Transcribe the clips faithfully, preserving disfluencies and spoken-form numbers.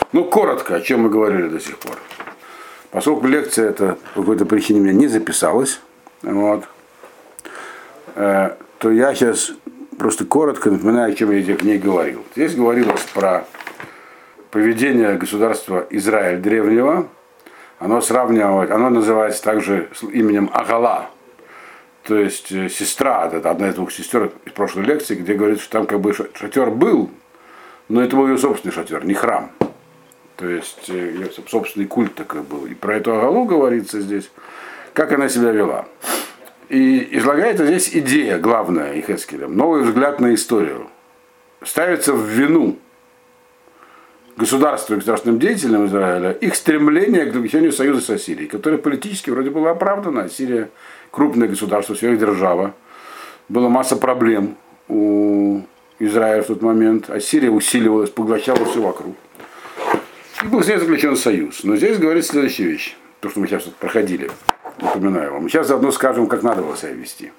Ну, коротко, о чем мы говорили до сих пор. Поскольку лекция эта по какой-то причине у меня не записалась, вот, э, то я сейчас просто коротко напоминаю, о чем я в ней говорил. Здесь говорилось про поведение государства Израиль древнего. Оно сравнивалось, оно называется также именем Агала, то есть сестра, это одна из двух сестер из прошлой лекции, где говорится, что там как бы шатер был, но это был ее собственный шатер, не храм. То есть ее собственный культ такой был. И про эту Агалу говорится здесь, как она себя вела. И излагается здесь идея главная Йехескелем, новый взгляд на историю. Ставится в вину государству и государственным деятелям Израиля их стремление к заключению союза с Ассирией, которое политически вроде было оправдано. Ассирия крупное государство, сверхдержава. Была масса проблем у Израиля в тот момент. Ассирия усиливалась, поглощала все вокруг. И был с ней заключен союз. Но здесь говорится следующая вещь. То, что мы сейчас вот проходили. Напоминаю вам. Сейчас заодно скажем, как надо было себя вести.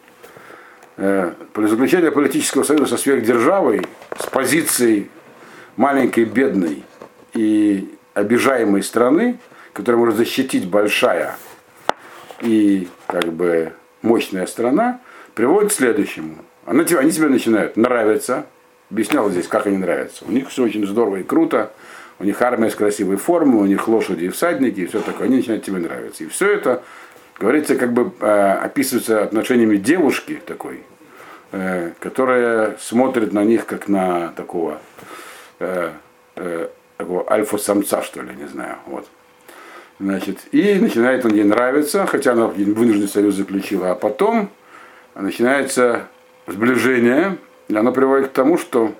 При заключении политического союза со сверхдержавой с позицией маленькой, бедной и обижаемой страны, которая может защитить большая и как бы мощная страна, приводит к следующему. Она, они тебе начинают нравиться. Объяснял здесь, как они нравятся. У них все очень здорово и круто. У них армия с красивой формой, у них лошади и всадники, и все такое. Они начинают тебе нравиться. И все это, говорится, как бы э, описывается отношениями девушки такой, э, которая смотрит на них как на такого, э, э, такого альфа-самца, что ли, не знаю. Вот. Значит, и начинает он ей нравиться, хотя она вынужденный союз заключила, а потом начинается сближение, и оно приводит к тому, что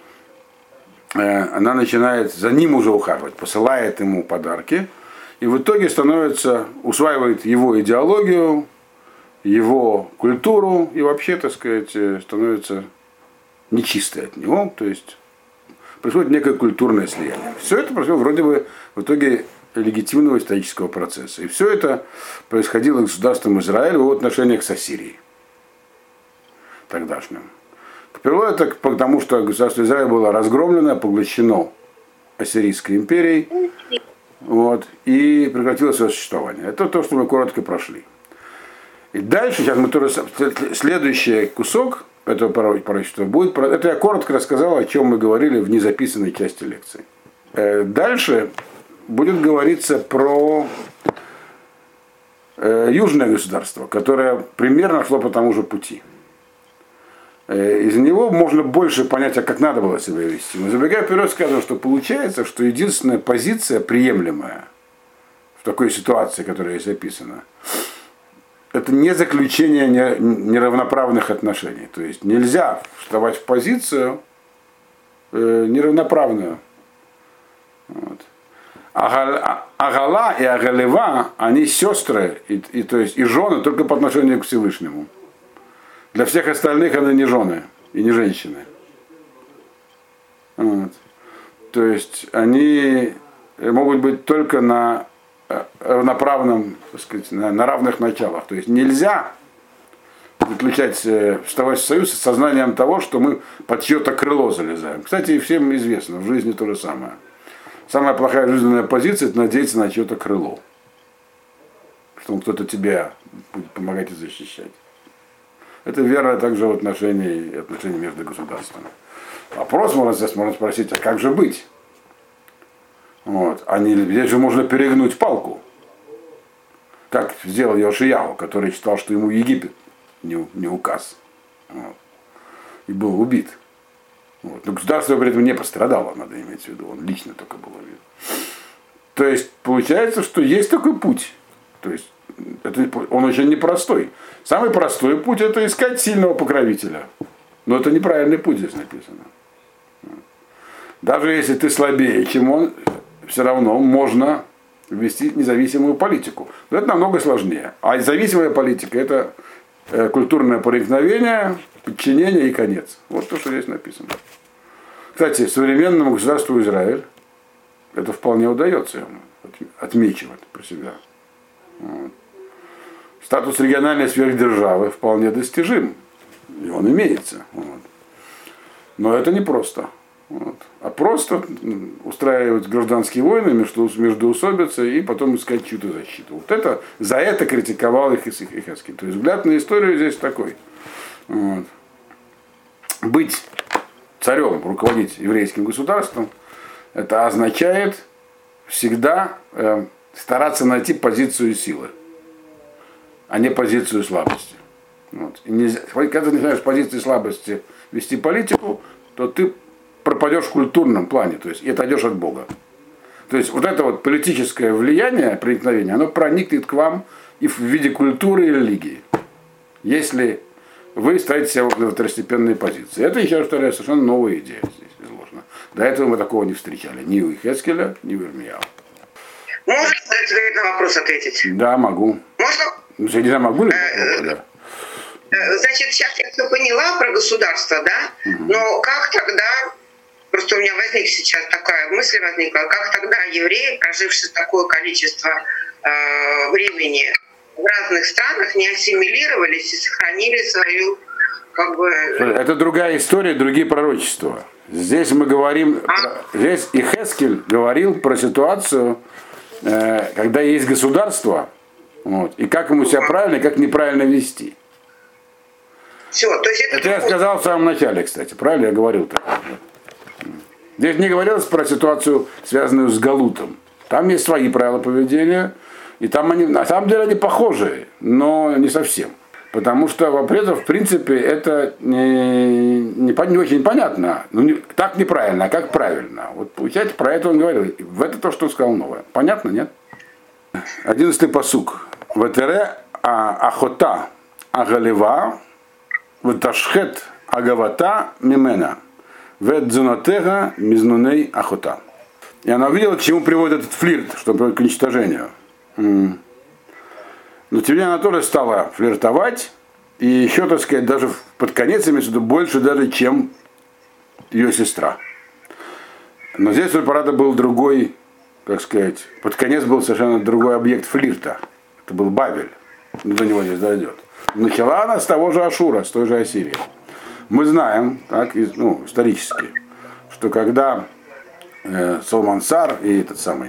она начинает за ним уже ухаживать, посылает ему подарки, и в итоге становится, усваивает его идеологию, его культуру, и вообще, так сказать, становится нечистой от него, то есть происходит некое культурное слияние. Все это происходит вроде бы в итоге легитимного исторического процесса. И все это происходило с государством Израиль в его отношениях с Ассирией тогдашним. Привело это к тому, что государство Израиль было разгромлено, поглощено Ассирийской империей, вот, и прекратило свое существование. Это то, что мы коротко прошли. И дальше, сейчас мы тоже, следующий кусок этого пророчества будет, это я коротко рассказал, о чем мы говорили в незаписанной части лекции. Дальше будет говориться про южное государство, которое примерно шло по тому же пути. Из него можно больше понять, а как надо было себя вести. Мы забегая вперед скажем, что получается, что единственная позиция приемлемая в такой ситуации, которая здесь описана, это не заключение неравноправных отношений. То есть нельзя вставать в позицию неравноправную. Вот. Агала и Агалева, они сестры, и, и, то есть, и жены только по отношению к Всевышнему. Для всех остальных она не жены и не женщины. Вот. То есть они могут быть только на равноправном, так сказать, на, на равных началах. То есть нельзя заключать, вставать в союз с сознанием того, что мы под чье-то крыло залезаем. Кстати, всем известно, в жизни то же самое. Самая плохая жизненная позиция – это надеяться на чье-то крыло. Что кто-то тебя будет помогать и защищать. Это вера также в отношении, отношении между государствами. Вопрос можно, здесь можно спросить, а как же быть? Вот. А не, здесь же можно перегнуть палку. Как сделал Йошияу, который считал, что ему Египет не, не указ. Вот. И был убит. Вот. Но государство при этом не пострадало, надо иметь в виду. Он лично только был убит. То есть получается, что есть такой путь. То есть это, он очень непростой. Самый простой путь — это искать сильного покровителя. Но это неправильный путь здесь написано. Даже если ты слабее, чем он, все равно можно вести независимую политику. Но это намного сложнее. А зависимая политика — это культурное проникновение, подчинение и конец. Вот то, что здесь написано. Кстати, современному государству Израиль это вполне удается ему отмечивать про себя. Вот. Статус региональной сверхдержавы вполне достижим. И он имеется. Вот. Но это непросто. Вот. А просто устраивать гражданские войны, между, междоусобицы и потом искать чью-то защиту. Вот это, за это критиковал их Ихескель. То есть взгляд на историю здесь такой. Вот. Быть царем, руководить еврейским государством, это означает всегда э, стараться найти позицию силы, а не позицию слабости. Вот. И нельзя, когда ты начинаешь с позиции слабости вести политику, то ты пропадешь в культурном плане, то есть и отойдешь от Бога. То есть вот это вот политическое влияние, проникновение, оно проникнет к вам и в виде культуры и религии, если вы ставите себя на второстепенные позиции. Это, еще раз повторяю, совершенно новая идея здесь изложена. До этого мы такого не встречали, ни у Ихескеля, ни у Ирмияу. Можно тебе на вопрос ответить? Да, могу. Можно? Ну, я не знаю, могу ли? Да. Значит, сейчас я все поняла про государство, да? Угу. Но как тогда, просто у меня возник сейчас такая мысль возникла, как тогда евреи, прожившие такое количество э, времени в разных странах, не ассимилировались и сохранили свою, как бы... Это другая история, другие пророчества. Здесь мы говорим, а? Здесь Ихескель говорил про ситуацию, э, когда есть государство, вот, и как ему себя правильно и как неправильно вести. Все, то есть это это я сказал в самом начале, кстати, правильно я говорил так. Здесь не говорилось про ситуацию, связанную с Галутом. Там есть свои правила поведения, и там они, на самом деле, они похожие, но не совсем. Потому что в в принципе, это не, не, не очень понятно. Ну, не, так неправильно, а как правильно. Вот получается, про это он говорил. В это то, что он сказал новое. Понятно, нет? Одиннадцатый пасук. Ветере ахота агалева ваташхет агавата мимена ведзунатега мизнуней ахота. И она увидела, к чему приводит этот флирт, что приводит к уничтожению. Но теперь она тоже стала флиртовать, и еще, так сказать, даже под конец имеется в виду больше даже, чем ее сестра. Но здесь у Парада был другой, как сказать, под конец был совершенно другой объект флирта. Это был Бавель. До него здесь дойдет. Начала она с того же Ашура, с той же Ассирии. Мы знаем, так, ну, исторически, что когда э, Салмансар и этот самый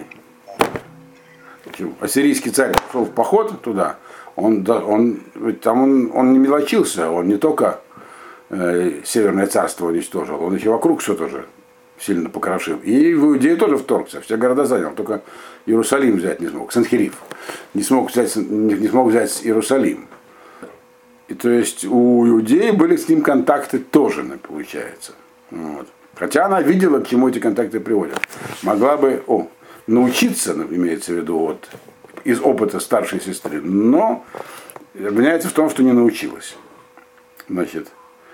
ассирийский царь шел в поход туда, он, он, там он, он не мелочился, он не только э, Северное царство уничтожил, он еще вокруг все тоже сильно покрошил. И в Иудею тоже вторгся, все города занял, только Иерусалим взять не смог, Санхериф не смог взять, не, не смог взять Иерусалим. И то есть у Иудеи были с ним контакты тоже, получается. Вот. Хотя она видела, к чему эти контакты приводят. Могла бы, о, научиться, имеется в виду, вот, из опыта старшей сестры, но обвиняется в том, что не научилась. Значит,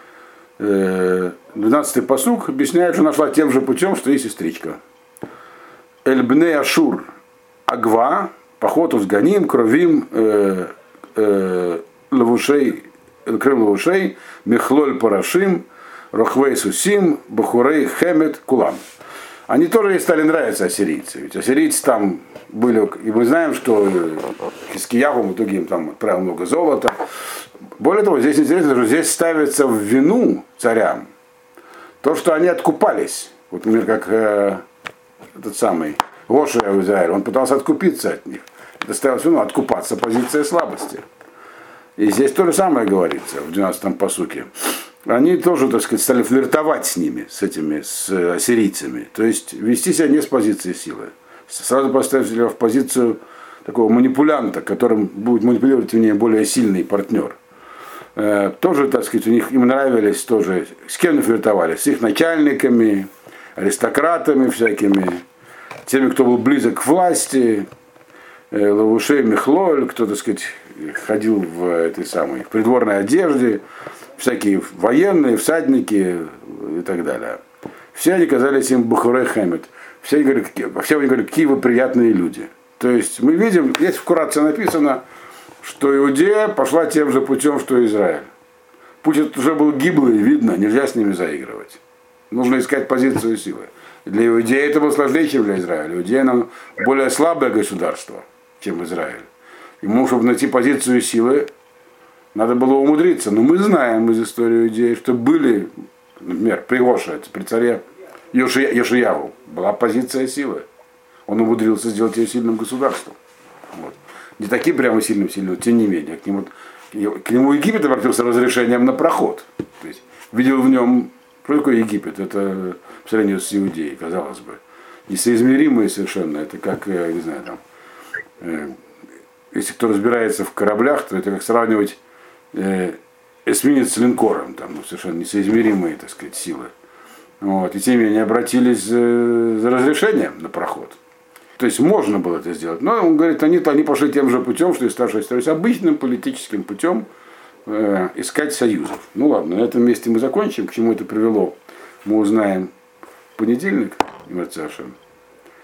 двенадцатый пасук объясняет, что нашла тем же путем, что и сестричка. Эльбне Ашур Агва, поход узганим, кровим, э, э, лавушей, крым лавушей, мехлоль парашим, рохвей сусим, бахурей хемет кулам. Они тоже ей стали нравиться, ассирийцы. Ведь ассирийцы там были, и мы знаем, что Хискияху в итоге им там отправил много золота. Более того, здесь интересно, что здесь ставится в вину царям то, что они откупались. Вот, например, как э, этот самый Гошия в Израиле, он пытался откупиться от них. Это ставилось в вину, откупаться, позиция слабости. И здесь то же самое говорится в двенадцатом пасуке. Они тоже, так сказать, стали флиртовать с ними, с этими, с ассирийцами. То есть вести себя не с позиции силы. Сразу поставить себя в позицию такого манипулянта, которым будет манипулировать в ней более сильный партнер. Э, тоже, так сказать, у них им нравились тоже, с кем они флиртовали? С их начальниками, аристократами всякими, теми, кто был близок к власти, э, Лавушей Михлоль, кто, так сказать, ходил в этой самой в придворной одежде, всякие военные, всадники и так далее. Все они казались им Бахурей Хемет. Все они говорят, все они говорят, какие вы приятные люди. То есть мы видим, здесь вкратце написано, что Иудея пошла тем же путем, что и Израиль. Путь этот уже был гиблый, видно, нельзя с ними заигрывать. Нужно искать позицию силы. Для Иудеи это было сложнее, чем для Израиля. Иудея нам более слабое государство, чем Израиль. Ему, чтобы найти позицию силы, надо было умудриться. Но мы знаем из истории Иудеи, что были, например, при Гоше, при царе Йоши, Йошияву была позиция силы. Он умудрился сделать ее сильным государством. Вот. Не таким прямо сильным, сильным, тем не менее. К нему, к нему Египет обратился разрешением на проход. То есть видел в нем, что такое Египет? Это по сравнению с Иудеей, казалось бы. Несоизмеримые совершенно. Это как, не знаю, там, э, если кто разбирается в кораблях, то это как сравнивать э, эсминец с линкором. Там, ну, совершенно несоизмеримые, так сказать, силы. Вот. И тем не менее обратились э, за разрешением на проход. То есть можно было это сделать. Но он говорит, они, они пошли тем же путем, что и старшая история, обычным политическим путем э, искать союзов. Ну ладно, на этом месте мы закончим. К чему это привело, мы узнаем в понедельник.